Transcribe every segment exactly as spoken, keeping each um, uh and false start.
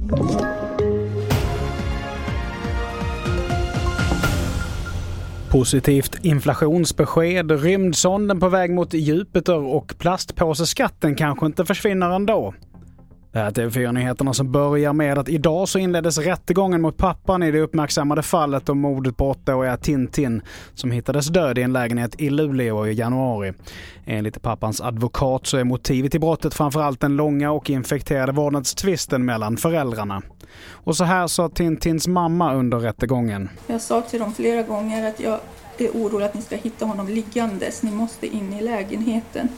Positivt inflationsbesked, rymdsonden på väg mot Jupiter och plastpåseskatten kanske inte försvinner ändå. Det här är T V fyra-nyheterna som börjar med att idag så inleddes rättegången mot pappan i det uppmärksammade fallet om mordet på åttaåriga Tintin som hittades död i en lägenhet i Luleå i januari. Enligt pappans advokat så är motivet till brottet framförallt den långa och infekterade vårdnadstvisten mellan föräldrarna. Och så här sa Tintins mamma under rättegången. Jag sa till dem flera gånger att jag är orolig att ni ska hitta honom liggandes. Ni måste in i lägenheten.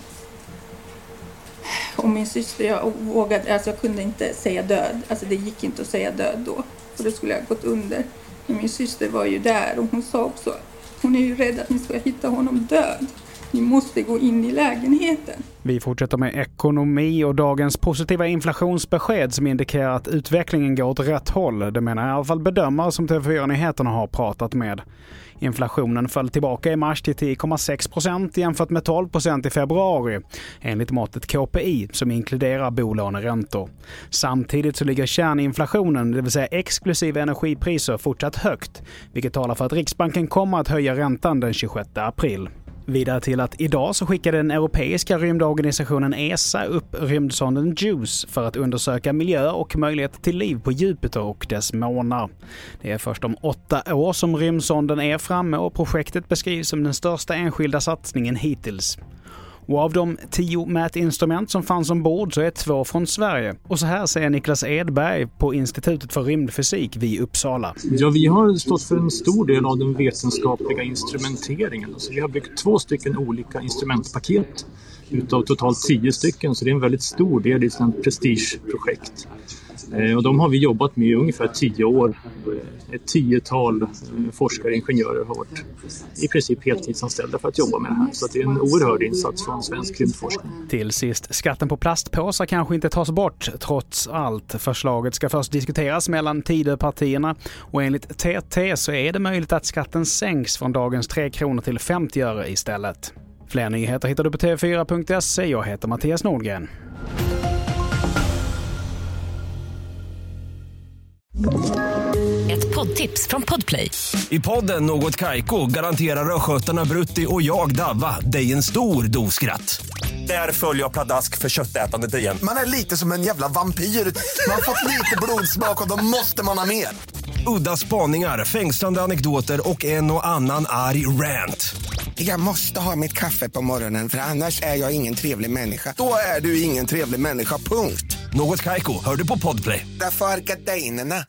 Och min syster, jag vågade, alltså jag kunde inte säga död. Alltså det gick inte att säga död då. För då skulle jag gått under. Men min syster var ju där och hon sa också, hon är ju rädd att ni ska hitta honom död. Ni måste gå in i lägenheten. Vi fortsätter med ekonomi och dagens positiva inflationsbesked som indikerar att utvecklingen går åt rätt håll. Det menar i alla fall bedömare som T V fyra-nyheterna har pratat med. Inflationen föll tillbaka i mars till tio komma sex procent jämfört med tolv procent i februari enligt måttet K P I som inkluderar bolåneräntor. Samtidigt så ligger kärninflationen, det vill säga exklusive energipriser, fortsatt högt, vilket talar för att Riksbanken kommer att höja räntan den tjugosjätte april. Vidare till att idag så skickade den europeiska rymdorganisationen E S A upp rymdsonden JUICE för att undersöka miljö och möjlighet till liv på Jupiter och dess månar. Det är först om åtta år som rymdsonden är framme och projektet beskrivs som den största enskilda satsningen hittills. Och av de tio mätinstrument som fanns ombord så är två från Sverige. Och så här säger Niklas Edberg på Institutet för rymdfysik vid Uppsala. Ja, vi har stått för en stor del av den vetenskapliga instrumenteringen. Så vi har byggt två stycken olika instrumentpaket utav totalt tio stycken. Så det är en väldigt stor del i ett prestigeprojekt. Och de har vi jobbat med i ungefär tio år. Ett tiotal forskare och ingenjörer har varit i princip heltidsanställda för att jobba med det här. Så det är en oerhörd insats från svensk rymdforskning. Till sist, skatten på plastpåsar kanske inte tas bort trots allt. Förslaget ska först diskuteras mellan Tidöpartierna och enligt T T så är det möjligt att skatten sänks från dagens tre kronor till femtio öre istället. Fler nyheter hittar du på t v fyra punkt se. Jag heter Mattias Nordgren. Ett poddtips från Podplay. I podden Något Kaiko garanterar röskötarna Brutti och jag Davva dig en stor doskratt. Där följer jag pladask för köttätandet igen. Man är lite som en jävla vampyr. Man har fått lite blodsmak och då måste man ha mer. Udda spaningar, fängslande anekdoter och en och annan arg rant. Jag måste ha mitt kaffe på morgonen för annars är jag ingen trevlig människa. Då är du ingen trevlig människa, punkt. Något Kaiko, hör du på Podplay. Därför är gardinerna.